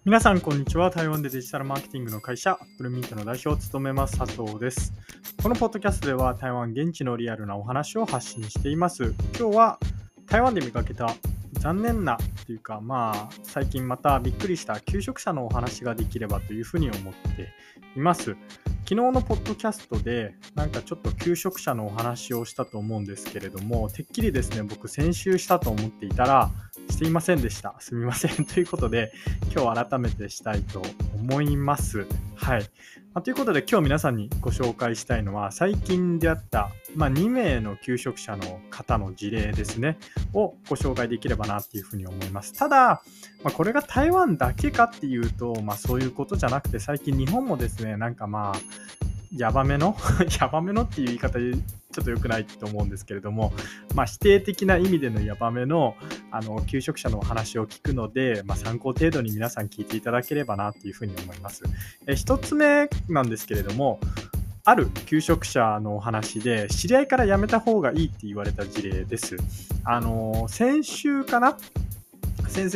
皆さんこんにちは。台湾でデジタルマーケティングの会社アップルミントの代表を務めます佐藤です。このポッドキャストでは台湾現地のリアルなお話を発信しています。今日は台湾で見かけた残念なというか、最近またびっくりした求職者のお話ができればというふうに思っています。昨日のポッドキャストでちょっと求職者のお話をしたと思うんですけれども、てっきりですね、僕先週したと思っていたらしていませんでした。すみませんということで、今日改めてしたいと思います。はい。ということで今日皆さんにご紹介したいのは最近出会った、2名の求職者の方の事例ですねをご紹介できればなっていうふうに思います。ただ、これが台湾だけかっていうと、そういうことじゃなくて、最近日本もですね、ヤバめのヤバめのっていう言い方ちょっと良くないと思うんですけれども、否定的な意味でのヤバめの求職者のお話を聞くので、参考程度に皆さん聞いていただければなっていうふうに思います。一つ目なんですけれども、ある求職者のお話で知り合いから辞めた方がいいって言われた事例です。先週かな、先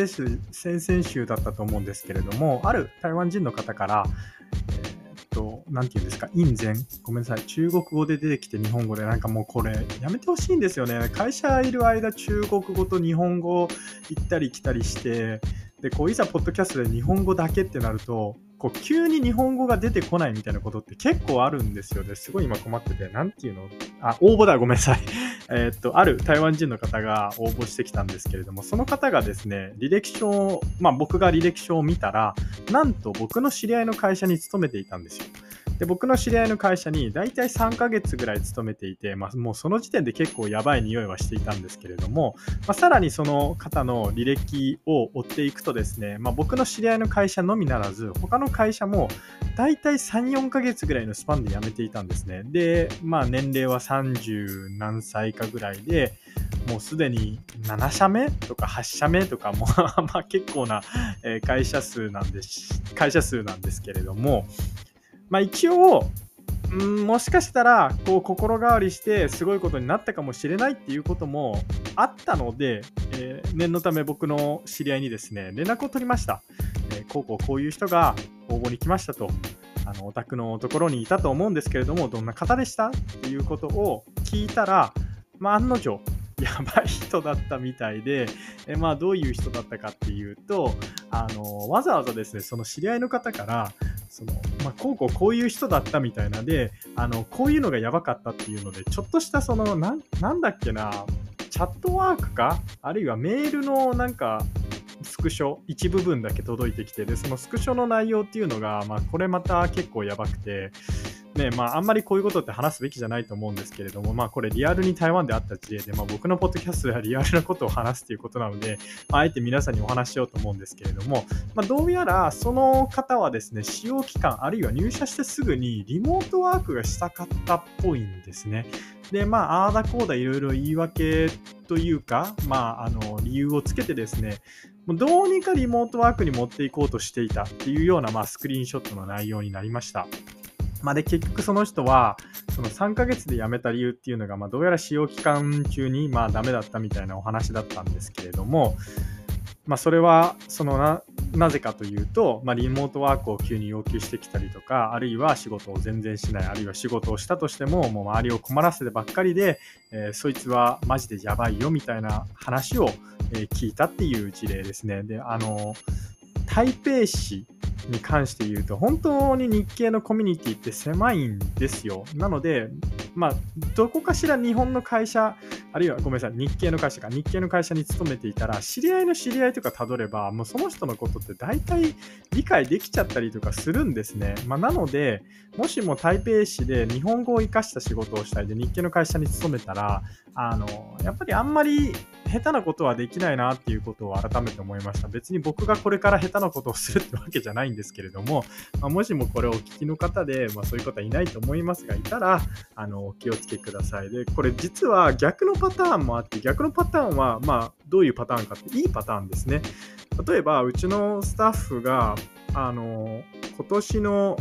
々週だったと思うんですけれども、ある台湾人の方からなんていうんですか、印前、ごめんなさい、中国語で出てきて日本語でもうこれやめてほしいんですよね。会社いる間中国語と日本語行ったり来たりして、でいざポッドキャストで日本語だけってなると急に日本語が出てこないみたいなことって結構あるんですよね。すごい今困ってて、応募だ、ごめんなさいある台湾人の方が応募してきたんですけれども、その方がですね、履歴書を、僕が履歴書を見たら、なんと僕の知り合いの会社に勤めていたんですよ。で、僕の知り合いの会社にだいたい3ヶ月ぐらい勤めていて、もうその時点で結構やばい匂いはしていたんですけれども、さらにその方の履歴を追っていくとですね、僕の知り合いの会社のみならず、他の会社もだいたい3、4ヶ月ぐらいのスパンで辞めていたんですね。で、年齢は30何歳かぐらいで、もうすでに7社目とか8社目とかも結構な会社数なんですけれども、一応もしかしたら心変わりしてすごいことになったかもしれないっていうこともあったので、念のため僕の知り合いにですね連絡を取りました。こういう人が応募に来ましたと、お宅のところにいたと思うんですけれども、どんな方でしたっていうことを聞いたら、案の定やばい人だったみたいで、どういう人だったかっていうと、わざわざですね、その知り合いの方からこういう人だったみたいなで、こういうのがやばかったっていうので、ちょっとしたなんだっけな、チャットワークか、あるいはメールのスクショ一部分だけ届いてきて、でそのスクショの内容っていうのが、これまた結構やばくて、あんまりこういうことって話すべきじゃないと思うんですけれども、これリアルに台湾であった事例で、僕のポッドキャストではリアルなことを話すということなので、あえて皆さんにお話ししようと思うんですけれども、どうやらその方はですね、使用期間あるいは入社してすぐにリモートワークがしたかったっぽいんですね。で、ああだこうだいろいろ言い訳というか、理由をつけてですね、どうにかリモートワークに持っていこうとしていたっていうような、スクリーンショットの内容になりました。で結局その人はその3ヶ月で辞めた理由っていうのが、どうやら使用期間中にダメだったみたいなお話だったんですけれども、それはなぜかというと、リモートワークを急に要求してきたりとか、あるいは仕事を全然しない、あるいは仕事をしたとしてももう周りを困らせてばっかりで、そいつはマジでやばいよみたいな話を、聞いたっていう事例ですね。で、台北市に関して言うと本当に日系のコミュニティって狭いんですよ。なので、どこかしら日本の会社、あるいはごめんなさい、日系の会社に勤めていたら、知り合いの知り合いとかたどれば、もうその人のことって大体理解できちゃったりとかするんですね。なので、もしも台北市で日本語を生かした仕事をしたいで日系の会社に勤めたら、やっぱりあんまり下手なことはできないなっていうことを改めて思いました。別に僕がこれから下手なことをするってわけじゃないんですけれども、もしもこれをお聞きの方で、そういう方はいないと思いますが、いたらお気をつけください。で、これ実は逆のパターンもあって、逆のパターンはどういうパターンかって、いいパターンですね。例えばうちのスタッフが今年の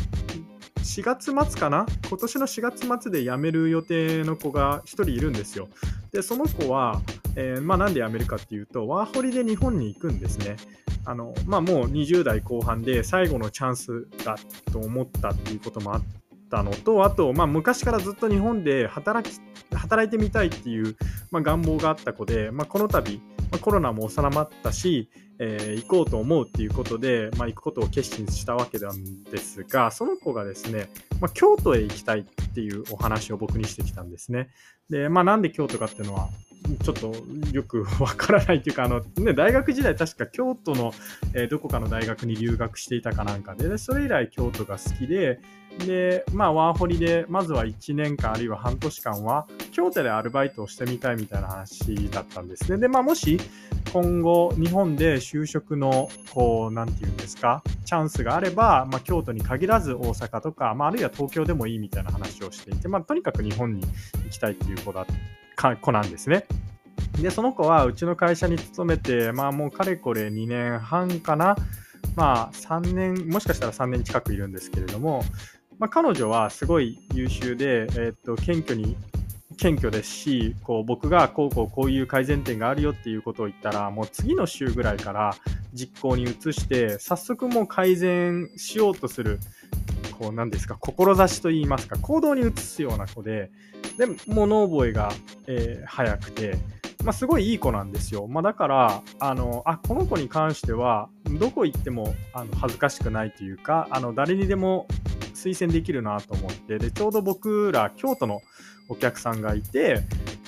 4月末かな、今年の4月末で辞める予定の子が1人いるんですよ。でその子は、なんで辞めるかっていうと、ワーホリで日本に行くんですね。 もう20代後半で最後のチャンスだと思ったっていうこともあったのと、あと、昔からずっと日本で働いてみたいっていう、願望があった子で、この度、コロナも収まったし、行こうと思うっていうことで、行くことを決心したわけなんですが、その子がですね、京都へ行きたいっていうお話を僕にしてきたんですね。で、なんで京都かっていうのはちょっとよくわからないというか、大学時代確か京都の、どこかの大学に留学していたかなんかで、それ以来京都が好きで、ワーホリでまずは1年間あるいは半年間は京都でアルバイトをしてみたいみたいな話だったんですね。で、もし今後日本で就職のなんていうんですか、チャンスがあれば、京都に限らず大阪とか、あるいは東京でもいいみたいな話をしていて、とにかく日本に行きたいっていう子なんですね。で、その子はうちの会社に勤めて、もうかれこれ2年半かな、3年、もしかしたら3年近くいるんですけれども、彼女はすごい優秀で、謙虚ですし、僕がこういう改善点があるよっていうことを言ったら、もう次の週ぐらいから実行に移して、早速もう改善しようとする、何ですか、志といいますか、行動に移すような子で、物覚えが、早くて、すごいいい子なんですよ。だから、この子に関しては、どこ行っても恥ずかしくないというか、誰にでも推薦できるなと思って、で、ちょうど僕ら京都のお客さんがいて、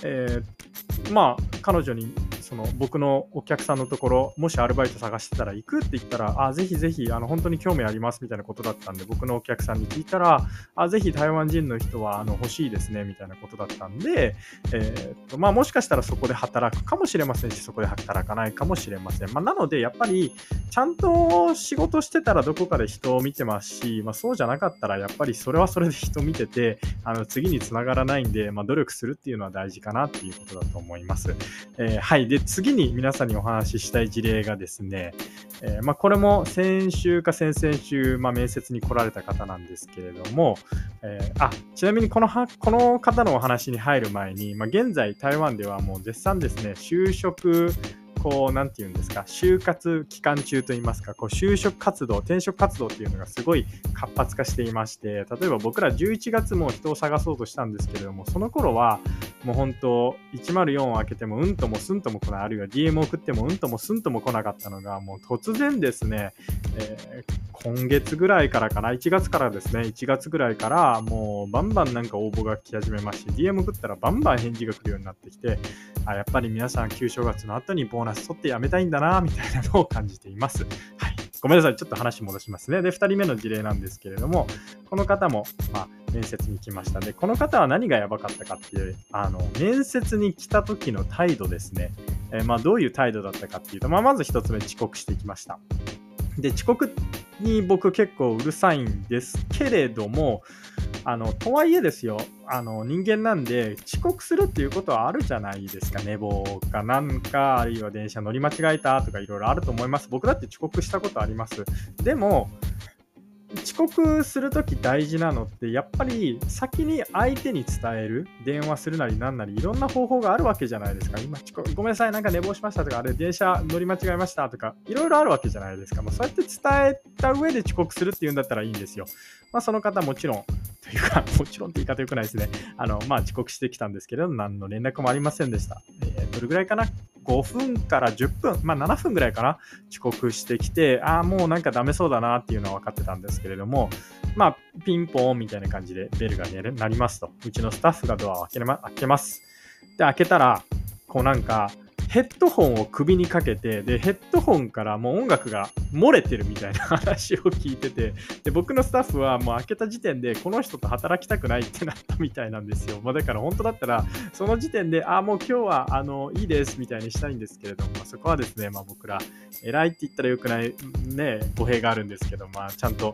彼女に僕のお客さんのところ、もしアルバイト探してたら行くって言ったら、ぜひぜひ本当に興味ありますみたいなことだったんで、僕のお客さんに聞いたら、ぜひ台湾人の人は欲しいですねみたいなことだったんで、もしかしたらそこで働くかもしれませんし、そこで働かないかもしれません。なのでやっぱりちゃんと仕事してたらどこかで人を見てますし、そうじゃなかったらやっぱりそれはそれで人見てて、次につながらないんで、努力するっていうのは大事かなっていうことだと思います。はい。で、次に皆さんにお話ししたい事例がですね、これも先週か先々週、面接に来られた方なんですけれども、ちなみにこの方のお話に入る前に、現在台湾ではもう絶賛ですね、就職なんていうんですか、就活期間中といいますか、就職活動、転職活動っていうのがすごい活発化していまして、例えば僕ら11月も人を探そうとしたんですけれども、その頃はもう本当104を開けてもうんともすんとも来ない、あるいは DM を送ってもうんともすんとも来なかったのが、もう突然ですね、今月ぐらいからかな、1月からですね、1月ぐらいからもうバンバンなんか応募が来始めまして、DM 送ったらバンバン返事が来るようになってきて、やっぱり皆さん旧正月の後にボーナス取って辞めたいんだなみたいなのを感じています。はい、ごめんなさい、ちょっと話戻しますね。で、2人目の事例なんですけれども、この方も、面接に来ました。で、この方は何がやばかったかっていう、面接に来た時の態度ですね。どういう態度だったかっていうと、まず1つ目、遅刻してきました。で、遅刻に僕結構うるさいんですけれども、とはいえですよ、人間なんで遅刻するっていうことはあるじゃないですか。寝坊かなんか、あるいは電車乗り間違えたとかいろいろあると思います。僕だって遅刻したことあります。でも、遅刻するとき大事なのってやっぱり先に相手に伝える、電話するなりなんなりいろんな方法があるわけじゃないですか。今ごめんなさい、なんか寝坊しましたとか、あれ電車乗り間違えましたとかいろいろあるわけじゃないですか。そうやって伝えた上で遅刻するっていうんだったらいいんですよ。その方もちろんというか、もちろんって言い方良くないですね。遅刻してきたんですけれど、何の連絡もありませんでした。どれぐらいかな、5分から10分、7分ぐらいかな、遅刻してきて、もうなんかダメそうだなっていうのは分かってたんですけれども、ピンポーンみたいな感じでベルが鳴りますと。うちのスタッフがドアを開けます。で、開けたら、なんか、ヘッドホンを首にかけて、で、ヘッドホンからもう音楽が漏れてるみたいな話を聞いてて、で、僕のスタッフはもう開けた時点でこの人と働きたくないってなったみたいなんですよ。だから本当だったら、その時点で、もう今日はいいですみたいにしたいんですけれども、そこはですね、僕ら、偉いって言ったらよくないね、語弊があるんですけど、ちゃん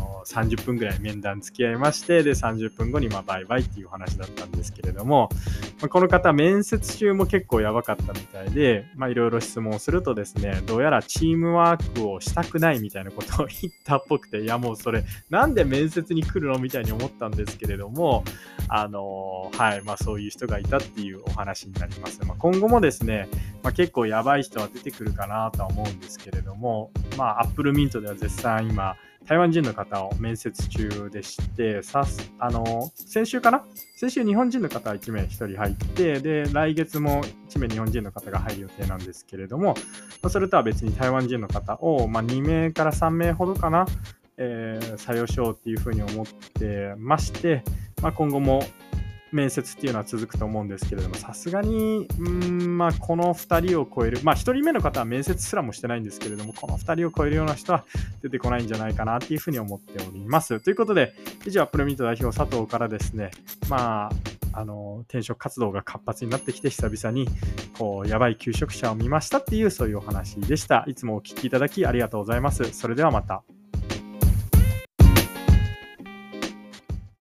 と、30分ぐらい面談付き合いまして、で、30分後にバイバイっていう話だったんですけれども、 この方、面接中も結構やばかったみたいで、いろいろ質問をするとですね、どうやらチームワークをしたくないみたいなことを言ったっぽくて、いやもうそれ、なんで面接に来るのみたいに思ったんですけれども、そういう人がいたっていうお話になります。今後もですね、結構やばい人は出てくるかなとは思うんですけれども、アップルミントでは絶賛今、台湾人の方を面接中でして、先週日本人の方は1人入って、で、来月も1名日本人の方が入る予定なんですけれども、それとは別に台湾人の方を、2名から3名ほどかな、採用しようっていうふうに思ってまして、今後も面接っていうのは続くと思うんですけれども、さすがに、この2人を超える、1人目の方は面接すらもしてないんですけれども、この2人を超えるような人は出てこないんじゃないかなっていうふうに思っております。ということで、以上、アップルミント代表佐藤からですね、転職活動が活発になってきて、久々にやばい求職者を見ましたっていう、そういうお話でした。いつもお聞きいただきありがとうございます。それではまた。